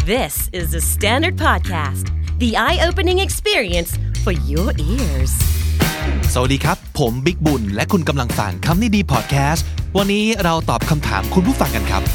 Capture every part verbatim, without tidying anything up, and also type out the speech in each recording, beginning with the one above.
This is the Standard Podcast, the eye-opening experience for your ears. สวัสดีครับผมบิ๊กบุญและคุณกำลังฟังคำนี้ดีพอดแคสต์วันนี้เราตอบคำถามคุณผู้ฟังกันครับ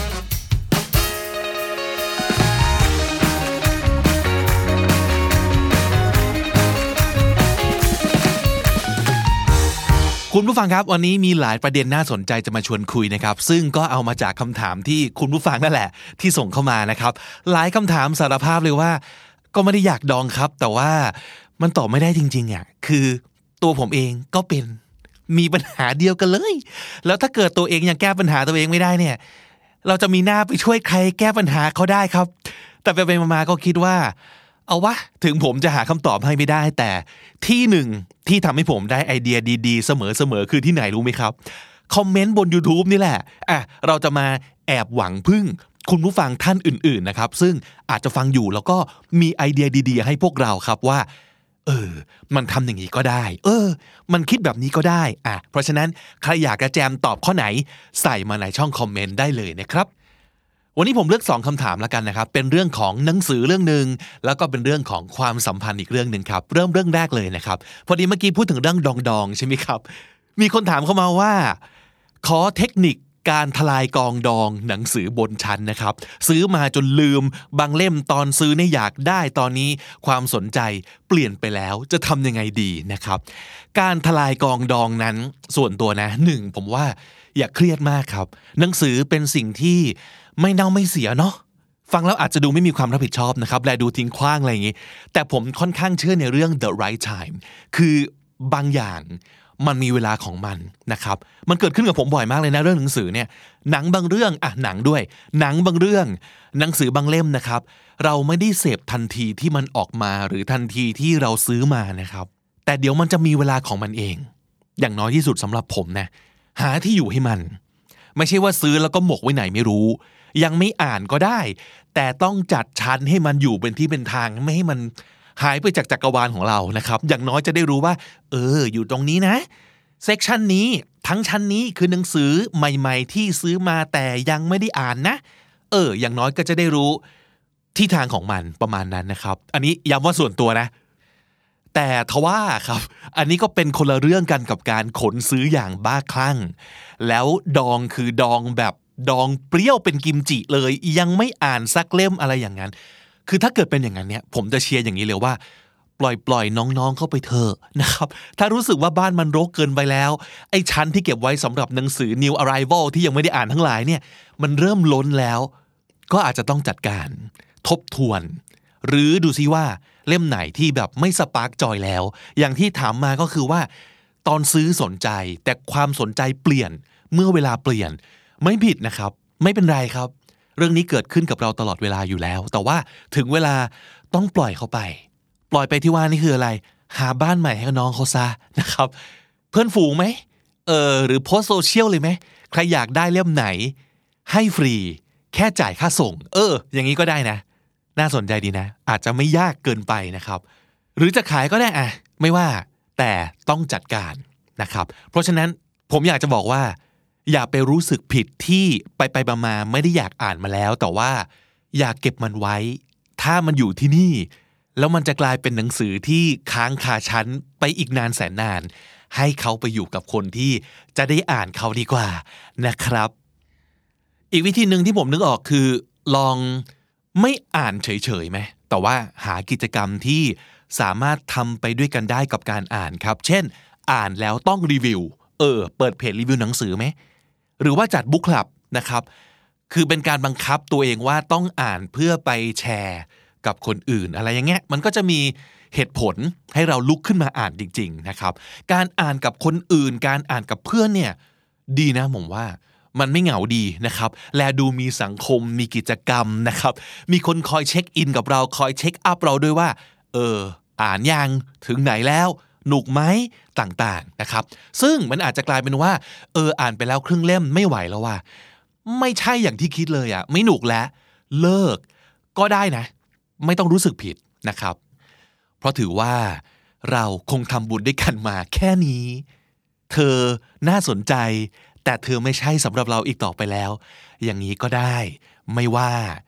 คุณผู้ฟังครับวันนี้มีหลายประเด็นน่าสนใจจะมาชวนคุยนะครับซึ่งก็เอามาจากคำถามที่คุณผู้ฟังนั่นแหละที่ส่งเข้ามานะครับหลายคำถามสารภาพเลยว่าก็ไม่ได้อยากดองครับแต่ว่ามันตอบไม่ได้จริงๆอ่ะคือตัวผมเองก็เป็นมีปัญหาเดียวกันเลยแล้วถ้าเกิดตัวเองยังแก้ปัญหาตัวเองไม่ได้เนี่ยเราจะมีหน้าไปช่วยใครแก้ปัญหาเขาได้ครับแต่ไปๆมาๆก็คิดว่าเอาวะถึงผมจะหาคำตอบให้ไม่ได้แต่ที่หนึ่งที่ทำให้ผมได้ไอเดียดีๆเสมอๆคือที่ไหนรู้ไหมครับคอมเมนต์บน YouTube นี่แหละอ่ะเราจะมาแอบหวังพึ่งคุณผู้ฟังท่านอื่นๆนะครับซึ่งอาจจะฟังอยู่แล้วก็มีไอเดียดีๆให้พวกเราครับว่าเออมันทำอย่างนี้ก็ได้เออมันคิดแบบนี้ก็ได้อ่ะเพราะฉะนั้นใครอยากจะแจมตอบข้อไหนใส่มาในช่องคอมเมนต์ได้เลยนะครับวันนี้ผมเลือกสองคำถามแล้วกันนะครับเป็นเรื่องของหนังสือเรื่องนึงแล้วก็เป็นเรื่องของความสัมพันธ์อีกเรื่องนึงครับเริ่มเรื่องแรกเลยนะครับพอดีเมื่อกี้พูดถึงเรื่องดองๆใช่ไหมครับมีคนถามเข้ามาว่าขอเทคนิคการทลายกองดองหนังสือบนชั้นนะครับซื้อมาจนลืมบางเล่มตอนซื้อเนี่ยอยากได้ตอนนี้ความสนใจเปลี่ยนไปแล้วจะทำยังไงดีนะครับการทลายกองดองนั้นส่วนตัวนะหนึ่งผมว่าอย่าเครียดมากครับหนังสือเป็นสิ่งที่ไม่เน่าไม่เสียเนาะฟังแล้วอาจจะดูไม่มีความรับผิดชอบนะครับและดูทิ้งขว้างอะไรอย่างงี้แต่ผมค่อนข้างเชื่อในเรื่อง the right time คือบางอย่างมันมีเวลาของมันนะครับมันเกิดขึ้นกับผมบ่อยมากเลยนะเรื่องหนังสือเนี่ยหนังบางเรื่องอ่ะหนังด้วยหนังบางเรื่องหนังสือบางเล่มนะครับเราไม่ได้เสพทันทีที่มันออกมาหรือทันทีที่เราซื้อมานะครับแต่เดี๋ยวมันจะมีเวลาของมันเองอย่างน้อยที่สุดสำหรับผมนะหาที่อยู่ให้มันไม่ใช่ว่าซื้อแล้วก็หมกไว้ไหนไม่รู้ยังไม่อ่านก็ได้แต่ต้องจัดชั้นให้มันอยู่เป็นที่เป็นทางไม่ให้มันหายไปจากจักรวาลของเรานะครับอย่างน้อยจะได้รู้ว่าเอออยู่ตรงนี้นะเซกชันนี้ทั้งชั้นนี้คือหนังสือใหม่ๆที่ซื้อมาแต่ยังไม่ได้อ่านนะเอออย่างน้อยก็จะได้รู้ที่ทางของมันประมาณนั้นนะครับอันนี้ย้ำว่าส่วนตัวนะแต่ทว่าครับอันนี้ก็เป็นคนละเรื่องกันกับการขนซื้ออย่างบ้าคลั่งแล้วดองคือดองแบบดองเปรี้ยวเป็นกิมจิเลยยังไม่อ่านสักเล่มอะไรอย่างนั้นคือถ้าเกิดเป็นอย่างนั้นเนี่ยผมจะเชียร์อย่างนี้เลยว่าปล่อยปล่อยน้องๆเข้าไปเถอะนะครับถ้ารู้สึกว่าบ้านมันรกเกินไปแล้วไอ้ชั้นที่เก็บไว้สำหรับหนังสือ New Arrival ที่ยังไม่ได้อ่านทั้งหลายเนี่ยมันเริ่มล้นแล้วก็อาจจะต้องจัดการทบทวนหรือดูซิว่าเล่มไหนที่แบบไม่สปาร์กจอยแล้วอย่างที่ถามมาก็คือว่าตอนซื้อสนใจแต่ความสนใจเปลี่ยนเมื่อเวลาเปลี่ยนไม่ผิดนะครับไม่เป็นไรครับเรื่องนี้เกิดขึ้นกับเราตลอดเวลาอยู่แล้วแต่ว่าถึงเวลาต้องปล่อยเขาไปปล่อยไปที่ว่านี่คืออะไรหาบ้านใหม่ให้น้องเขาซะนะครับเพื่อนฝูงไหมเออหรือโพสต์โซเชียลเลยไหมใครอยากได้เล่มไหนให้ฟรีแค่จ่ายค่าส่งเอออย่างนี้ก็ได้นะน่าสนใจดีนะอาจจะไม่ยากเกินไปนะครับหรือจะขายก็ได้อะไม่ว่าแต่ต้องจัดการนะครับเพราะฉะนั้นผมอยากจะบอกว่าอย่าไปรู้สึกผิดที่ไปไปมาๆไม่ได้อยากอ่านมาแล้วแต่ว่าอยากเก็บมันไว้ถ้ามันอยู่ที่นี่แล้วมันจะกลายเป็นหนังสือที่ค้างคาชั้นไปอีกนานแสนนานให้เขาไปอยู่กับคนที่จะได้อ่านเขาดีกว่านะครับอีกวิธีหนึ่งที่ผมนึกออกคือลองไม่อ่านเฉยๆไหมแต่ว่าหากิจกรรมที่สามารถทำไปด้วยกันได้กับการอ่านครับเช่นอ่านแล้วต้องรีวิวเออเปิดเพจรีวิวหนังสือไหมหรือว่าจัดบุ๊กคลับนะครับคือเป็นการบังคับตัวเองว่าต้องอ่านเพื่อไปแชร์กับคนอื่นอะไรอย่างเงี้ยมันก็จะมีเหตุผลให้เราลุกขึ้นมาอ่านจริงๆนะครับการอ่านกับคนอื่นการอ่านกับเพื่อนเนี่ยดีนะผมว่ามันไม่เหงาดีนะครับและดูมีสังคมมีกิจกรรมนะครับมีคนคอยเช็คอินกับเราคอยเช็คอัพเราด้วยว่าเอออ่านยังถึงไหนแล้วหนุกไหมต่างๆนะครับซึ่งมันอาจจะกลายเป็นว่าเอออ่านไปแล้วครึ่งเล่มไม่ไหวแล้วว่าไม่ใช่อย่างที่คิดเลยอ่ะไม่หนุกแล้วเลิกก็ได้นะไม่ต้องรู้สึกผิดนะครับเพราะถือว่าเราคงทำบุญด้วยกันมาแค่นี้เธอน่าสนใจแต่เธอไม่ใช่สำหรับเราอีกต่อไปแล้วอย่างนี้ก็ได้ไม่ว่า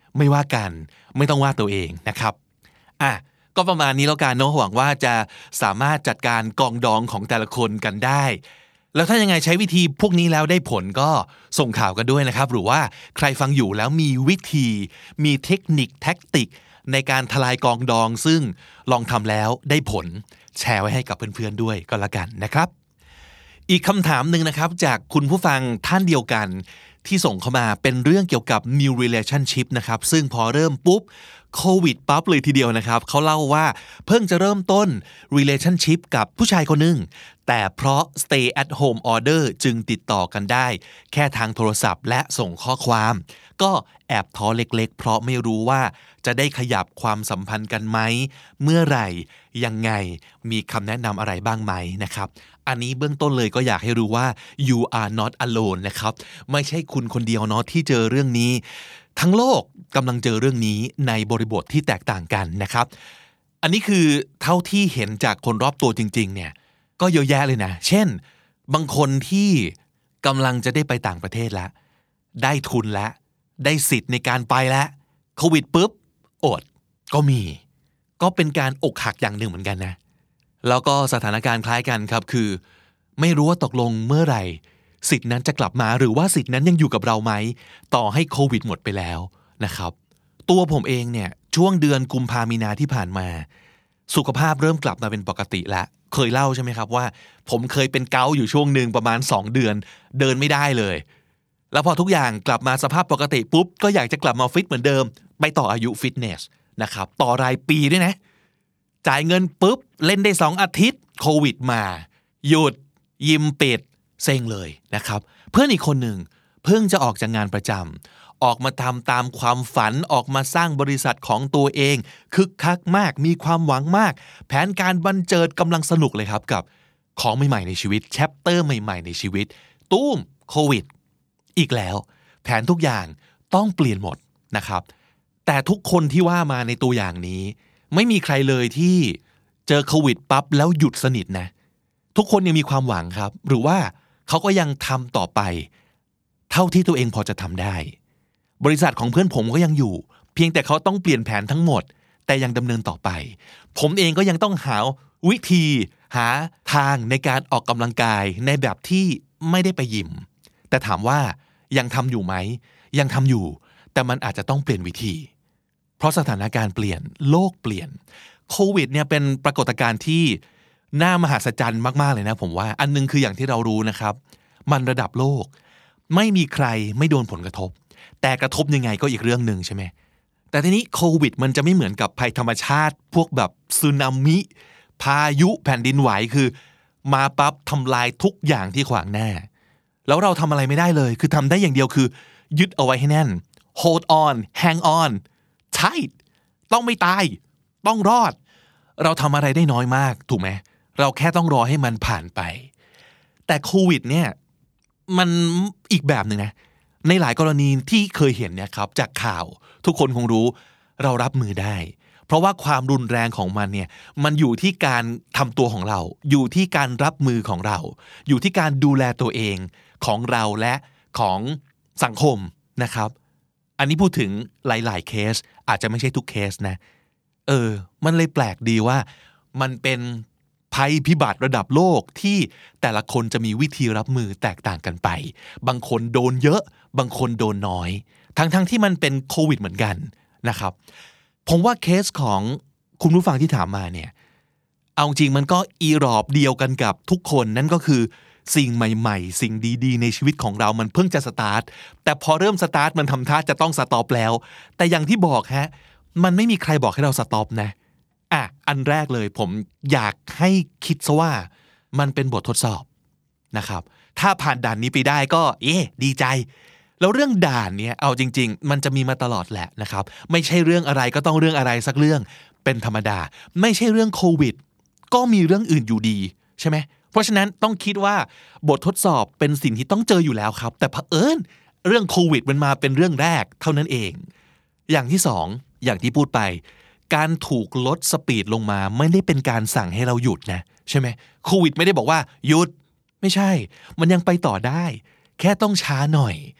ไม่ว่ากันไม่ต้องว่าตัวเองนะครับอ่ะก็ประมาณนี้แล้วกันเนาะหวังว่าจะสามารถจัดการกองดองของแต่ละคนกันได้แล้วถ้ายังไงใช้วิธีพวกนี้แล้วได้ผลก็ส่งข่าวกันด้วยนะครับหรือว่าใครฟังอยู่แล้วมีวิธีมีเทคนิคแท็กติกในการทลายกองดองซึ่งลองทำแล้วได้ผลแชร์ไว้ให้กับเพื่อนๆด้วยก็แล้วกันนะครับอีกคำถามหนึ่งนะครับจากคุณผู้ฟังท่านเดียวกันที่ส่งเข้ามาเป็นเรื่องเกี่ยวกับ new relationship นะครับซึ่งพอเริ่มปุ๊บโควิดปั๊บเลยทีเดียวนะครับเขาเล่าว่าเพิ่งจะเริ่มต้น relationship กับผู้ชายคนหนึ่งแต่เพราะ stay at home order จึงติดต่อกันได้แค่ทางโทรศัพท์และส่งข้อความก็แอบท้อเล็กๆเพราะไม่รู้ว่าจะได้ขยับความสัมพันธ์กันไหมเมื่อไหร่ยังไงมีคำแนะนำอะไรบ้างไหมนะครับอันนี้เบื้องต้นเลยก็อยากให้รู้ว่า you are not alone นะครับไม่ใช่คุณคนเดียวเนาะที่เจอเรื่องนี้ทั้งโลกกำลังเจอเรื่องนี้ในบริบทที่แตกต่างกันนะครับอันนี้คือเท่าที่เห็นจากคนรอบตัวจริงๆเนี่ยก็เยอะแยะเลยนะเช่นบางคนที่กำลังจะได้ไปต่างประเทศแล้วได้ทุนแล้วได้สิทธิ์ในการไปแล้วโควิดปุ๊บอดก็มีก็เป็นการอกหักอย่างหนึ่งเหมือนกันนะแล้วก็สถานการณ์คล้ายกันครับคือไม่รู้ว่าตกลงเมื่อไหร่สิทธินั้นจะกลับมาหรือว่าสิทธินั้นยังอยู่กับเราไหมต่อให้โควิดหมดไปแล้วนะครับตัวผมเองเนี่ยช่วงเดือนกุมภามีนาที่ผ่านมาสุขภาพเริ่มกลับมาเป็นปกติแล้วเคยเล่าใช่ไหมครับว่าผมเคยเป็นเกาต์อยู่ช่วงหนึ่งประมาณสองเดือนเดินไม่ได้เลยแล้วพอทุกอย่างกลับมาสภาพปกติปุ๊บก็อยากจะกลับมาฟิตเหมือนเดิมไปต่ออายุฟิตเนสนะครับต่อรายปีด้วยนะจ่ายเงินปุ๊บเล่นได้สองอาทิตย์โควิดมาหยุดยิมปิดเซ็งเลยนะครับเพื่อนอีกคนหนึ่งเพิ่งจะออกจากงานประจำออกมาทำตามความฝันออกมาสร้างบริษัทของตัวเองคึกคักมากมีความหวังมากแผนการบันเจิดกำลังสนุกเลยครับกับของใหม่ๆในชีวิตแชปเตอร์ใหม่ๆในชีวิตตุ้มโควิดอีกแล้วแผนทุกอย่างต้องเปลี่ยนหมดนะครับแต่ทุกคนที่ว่ามาในตัวอย่างนี้ไม่มีใครเลยที่เจอโควิดปั๊บแล้วหยุดสนิทนะทุกคนยังมีความหวังครับหรือว่าเขาก็ยังทำต่อไปเท่าที่ตัวเองพอจะทำได้บริษัทของเพื่อนผมก็ยังอยู่เพียงแต่เขาต้องเปลี่ยนแผนทั้งหมดแต่ยังดำเนินต่อไปผมเองก็ยังต้องหาวิธีหาทางในการออกกำลังกายในแบบที่ไม่ได้ไปยิมแต่ถามว่ายังทำอยู่ไหมยังทำอยู่แต่มันอาจจะต้องเปลี่ยนวิธีเพราะสถานการณ์เปลี่ยนโลกเปลี่ยนโควิดเนี่ยเป็นปรากฏการณ์ที่น่ามหัศจรรย์มากๆเลยนะผมว่าอันนึงคืออย่างที่เรารู้นะครับมันระดับโลกไม่มีใครไม่โดนผลกระทบแต่กระทบยังไงก็อีกเรื่องนึงใช่ไหมแต่ทีนี้โควิดมันจะไม่เหมือนกับภัยธรรมชาติพวกแบบสึนามิพายุแผ่นดินไหวคือมาปั๊บทำลายทุกอย่างที่ขวางหน้าแล้วเราทำอะไรไม่ได้เลยคือทำได้อย่างเดียวคือยึดเอาไว้ให้แน่น hold on hang on tight ต้องไม่ตายต้องรอดเราทำอะไรได้น้อยมากถูกไหมเราแค่ต้องรอให้มันผ่านไปแต่โควิดเนี่ยมันอีกแบบหนึ่งนะในหลายกรณีที่เคยเห็นเนี่ยครับจากข่าวทุกคนคงรู้เรารับมือได้เพราะว่าความรุนแรงของมันเนี่ยมันอยู่ที่การทำตัวของเราอยู่ที่การรับมือของเราอยู่ที่การดูแลตัวเองของเราและของสังคมนะครับอันนี้พูดถึงหลายๆเคสอาจจะไม่ใช่ทุกเคสนะเออมันเลยแปลกดีว่ามันเป็นภัยพิบัติระดับโลกที่แต่ละคนจะมีวิธีรับมือแตกต่างกันไปบางคนโดนเยอะบางคนโดนน้อยทั้งๆที่มันเป็นโควิดเหมือนกันนะครับผมว่าเคสของคุณผู้ฟังที่ถามมาเนี่ยเอาจริงมันก็อีรอบเดียวกันกับทุกคนนั่นก็คือสิ่งใหม่ๆสิ่งดีๆในชีวิตของเรามันเพิ่งจะสตาร์ทแต่พอเริ่มสตาร์ทมันทำท่าจะต้องสต็อปแล้วแต่อย่างที่บอกฮะมันไม่มีใครบอกให้เราสต็อปนะอ่ะอันแรกเลยผมอยากให้คิดซะว่ามันเป็นบททดสอบนะครับถ้าผ่านด่านนี้ไปได้ก็เอ๊ะดีใจแล้วเรื่องด่านเนี่ยเอาจริงๆมันจะมีมาตลอดแหละนะครับไม่ใช่เรื่องอะไรก็ต้องเรื่องอะไรสักเรื่องเป็นธรรมดาไม่ใช่เรื่องโควิดก็มีเรื่องอื่นอยู่ดีใช่ไหมเพราะฉะนั้นต้องคิดว่าบททดสอบเป็นสิ่งที่ต้องเจออยู่แล้วครับแต่เผอิญเรื่องโควิดมันมาเป็นเรื่องแรกเท่านั้นเองอย่างที่สองอย่างที่พูดไปการถูกลดสปีดลงมาไม่ได้เป็นการสั่งให้เราหยุดนะใช่ไหมโควิดไม่ได้บอกว่าหยุดไม่ใช่มันยังไปต่อได้แค่ต้องช้าหน่อย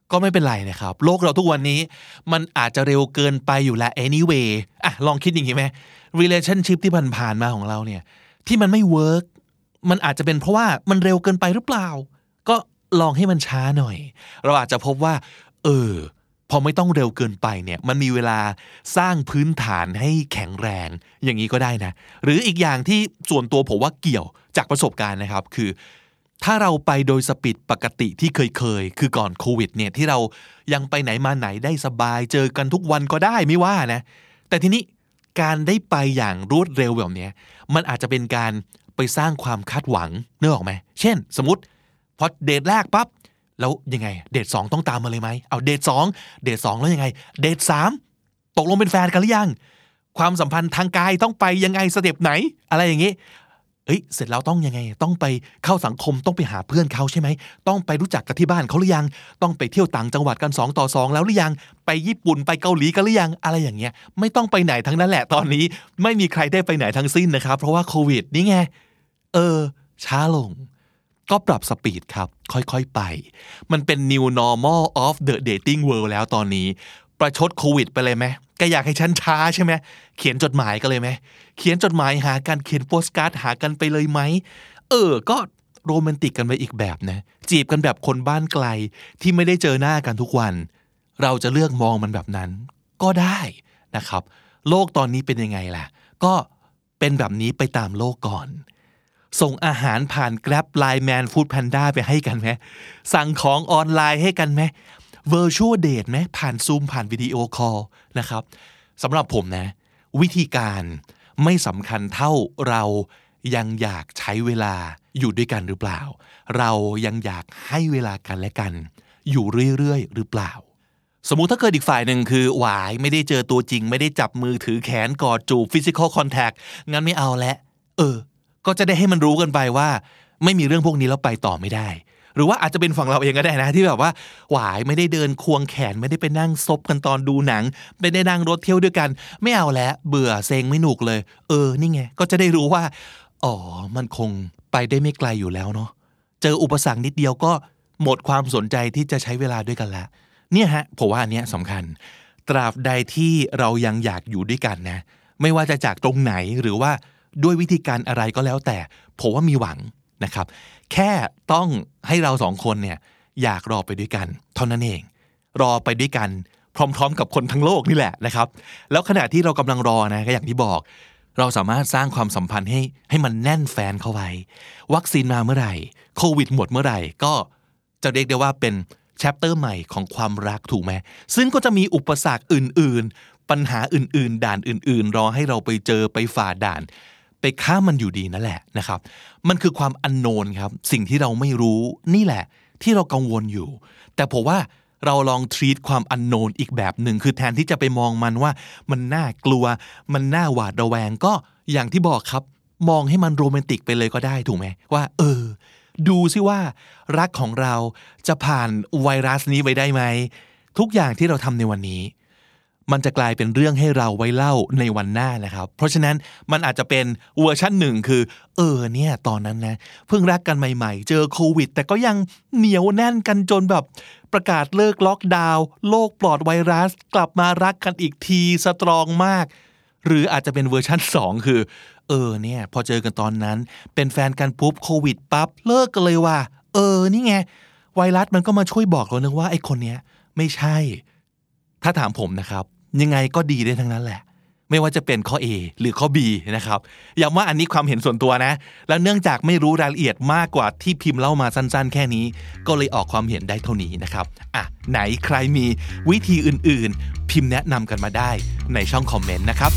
ก็ไม่เป็นไรนะครับโลกเราทุกวันนี้มันอาจจะเร็วเกินไปอยู่แล้ว anyway อ่ะลองคิดอย่างนี้ไหม relationship ที่ผ่านๆมาของเราเนี่ยที่มันไม่ work มันอาจจะเป็นเพราะว่ามันเร็วเกินไปหรือเปล่าก็ลองให้มันช้าหน่อยเราอาจจะพบว่าเออพอไม่ต้องเร็วเกินไปเนี่ยมันมีเวลาสร้างพื้นฐานให้แข็งแรงอย่างนี้ก็ได้นะหรืออีกอย่างที่ส่วนตัวผมว่าเกี่ยวจากประสบการณ์นะครับคือถ้าเราไปโดยสปีดปกติที่เคยเคยคือก่อนโควิดเนี่ยที่เรายังไปไหนมาไหนได้สบายเจอกันทุกวันก็ได้ไม่ว่านะแต่ทีนี้การได้ไปอย่างรวดเร็วแบบนี้มันอาจจะเป็นการไปสร้างความคาดหวังนึกออกไหมเช่นสมมติพอเดทแรกปั๊บแล้วยังไงเดทสองต้องตามมาเลยไหมเอาเดทสองเดทสองแล้วยังไงเดทสามตกลงเป็นแฟนกันหรือยังความสัมพันธ์ทางกายต้องไปยังไงสเต็ปไหนอะไรอย่างงี้เอ้ยเสร็จแล้วต้องยังไงต้องไปเข้าสังคมต้องไปหาเพื่อนเขาใช่ไหมต้องไปรู้จักกันที่บ้านเขาหรือยังต้องไปเที่ยวต่างจังหวัดกันสองต่อสองแล้วหรือยังไปญี่ปุ่นไปเกาหลีกันหรือยังอะไรอย่างเงี้ยไม่ต้องไปไหนทั้งนั้นแหละตอนนี้ไม่มีใครได้ไปไหนทั้งสิ้นนะครับเพราะว่าโควิดนี่ไงเออช้าลงก็ปรับสปีดครับค่อยๆไปมันเป็น new normal of the dating world แล้วตอนนี้ประชดโควิดไปเลยไหมก็อยากให้ฉันช้าใช่ไหมเขียนจดหมายกันเลยไหมเขียนจดหมายหากันเขียนโปสการ์ดหากันไปเลยไหมเออก็โรแมนติกกันไปอีกแบบนะจีบกันแบบคนบ้านไกลที่ไม่ได้เจอหน้ากันทุกวันเราจะเลือกมองมันแบบนั้นก็ได้นะครับโลกตอนนี้เป็นยังไงล่ะก็เป็นแบบนี้ไปตามโลกก่อนส่งอาหารผ่าน Grab Line Man Food Panda ไปให้กันไหมสั่งของออนไลน์ให้กันไหม Virtual Date ไหมผ่าน Zoom ผ่านวิดีโอคอลนะครับสำหรับผมนะวิธีการไม่สำคัญเท่าเรายังอยากใช้เวลาอยู่ด้วยกันหรือเปล่าเรายังอยากให้เวลากันและกันอยู่เรื่อยๆหรือเปล่าสมมุติถ้าเกิดอีกฝ่ายหนึ่งคือหวายไม่ได้เจอตัวจริงไม่ได้จับมือถือแขนกอดจูบ Physical Contact งั้นไม่เอาและเออก็จะได้ให้มันรู้กันไปว่าไม่มีเรื่องพวกนี้แล้วไปต่อไม่ได้หรือว่าอาจจะเป็นฝั่งเราเองก็ได้นะที่แบบว่าหวายไม่ได้เดินควงแขนไม่ได้ไปนั่งซบกันตอนดูหนังไม่ได้นั่งรถเที่ยวด้วยกันไม่เอาแล้วเบื่อเซ็งไม่หนุกเลยเออนี่ไงก็จะได้รู้ว่าอ๋อมันคงไปได้ไม่ไกลอยู่แล้วเนาะเจออุปสรรคนิดเดียวก็หมดความสนใจที่จะใช้เวลาด้วยกันละเนี่ยฮะผมว่าอันเนี้ยสำคัญตราบใดที่เรายังอยากอยู่ด้วยกันนะไม่ว่าจะจากตรงไหนหรือว่าด้วยวิธีการอะไรก็แล้วแต่ผมว่ามีหวังนะครับแค่ต้องให้เราสองคนเนี่ยอยากรอไปด้วยกันเท่านั้นเองรอไปด้วยกันพร้อมๆกับคนทั้งโลกนี่แหละนะครับแล้วขณะที่เรากำลังรอนะก็อย่างที่บอกเราสามารถสร้างความสัมพันธ์ให้ให้มันแน่นแฟนเข้าไว้วัคซีนมาเมื่อไหร่โควิดหมดเมื่อไหร่ก็จะเรียกได้ว่าเป็นแชปเตอร์ใหม่ของความรักถูกไหมซึ่งก็จะมีอุปสรรคอื่นๆปัญหาอื่นๆด่านอื่นๆรอให้เราไปเจอไปฝ่าด่านไปข้ามมันอยู่ดีนั่นแหละนะครับมันคือความอันโนนครับสิ่งที่เราไม่รู้นี่แหละที่เรากังวลอยู่แต่ผมว่าเราลองทรีตความอันโนนอีกแบบหนึ่งคือแทนที่จะไปมองมันว่ามันน่ากลัวมันน่าหวาดระแวงก็อย่างที่บอกครับมองให้มันโรแมนติกไปเลยก็ได้ถูกไหมว่าเออดูซิว่ารักของเราจะผ่านไวรัสนี้ไปได้ไหมทุกอย่างที่เราทำในวันนี้มันจะกลายเป็นเรื่องให้เราไว้เล่าในวันหน้านะครับเพราะฉะนั้นมันอาจจะเป็นเวอร์ชันหนึ่งคือเออเนี่ยตอนนั้นนะเพิ่งรักกันใหม่ๆเจอโควิดแต่ก็ยังเหนียวแน่นกันจนแบบประกาศเลิกล็อกดาวน์โลกปลอดไวรัสกลับมารักกันอีกทีสตรองมากหรืออาจจะเป็นเวอร์ชันสองคือเออเนี่ยพอเจอกันตอนนั้นเป็นแฟนกันปุ๊บโควิดปั๊บเลิกกันเลยว่ะเออนี่ไงไวรัสมันก็มาช่วยบอกเรานึกว่าไอ้คนเนี้ยไม่ใช่ถ้าถามผมนะครับยังไงก็ดีได้ทั้งนั้นแหละไม่ว่าจะเป็นข้อ A หรือข้อ B นะครับย้ำว่าอันนี้ความเห็นส่วนตัวนะแล้วเนื่องจากไม่รู้รายละเอียดมากกว่าที่พิมพ์เล่ามาสั้นๆแค่นี้ก็เลยออกความเห็นได้เท่านี้นะครับอ่ะไหนใครมีวิธีอื่นๆพิมพ์แนะนำกันมาได้ในช่องคอมเมนต์นะครับ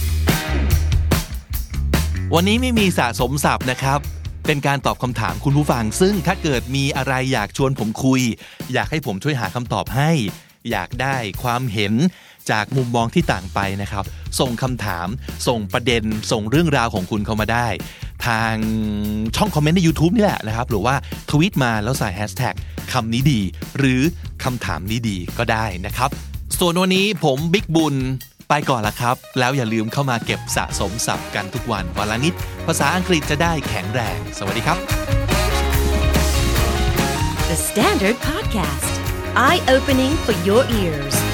วันนี้ไม่มีสะสมศัพท์นะครับเป็นการตอบคำถามคุณผู้ฟังซึ่งถ้าเกิดมีอะไรอยากชวนผมคุยอยากให้ผมช่วยหาคำตอบให้อยากได้ความเห็นจากมุมมองที่ต่างไปนะครับส่งคำถามส่งประเด็นส่งเรื่องราวของคุณเข้ามาได้ทางช่องคอมเมนต์ใน YouTube นี่แหละนะครับหรือว่าทวีตมาแล้วใส่แฮชแท็กคำนี้ดีหรือคำถามนี้ดีก็ได้นะครับส่วนวันนี้ผมบิ๊กบุญไปก่อนละครับแล้วอย่าลืมเข้ามาเก็บสะสมศัพท์กันทุกวันวันละนิดภาษาอังกฤษจะได้แข็งแรงสวัสดีครับ The Standard Podcast Eye opening for your ears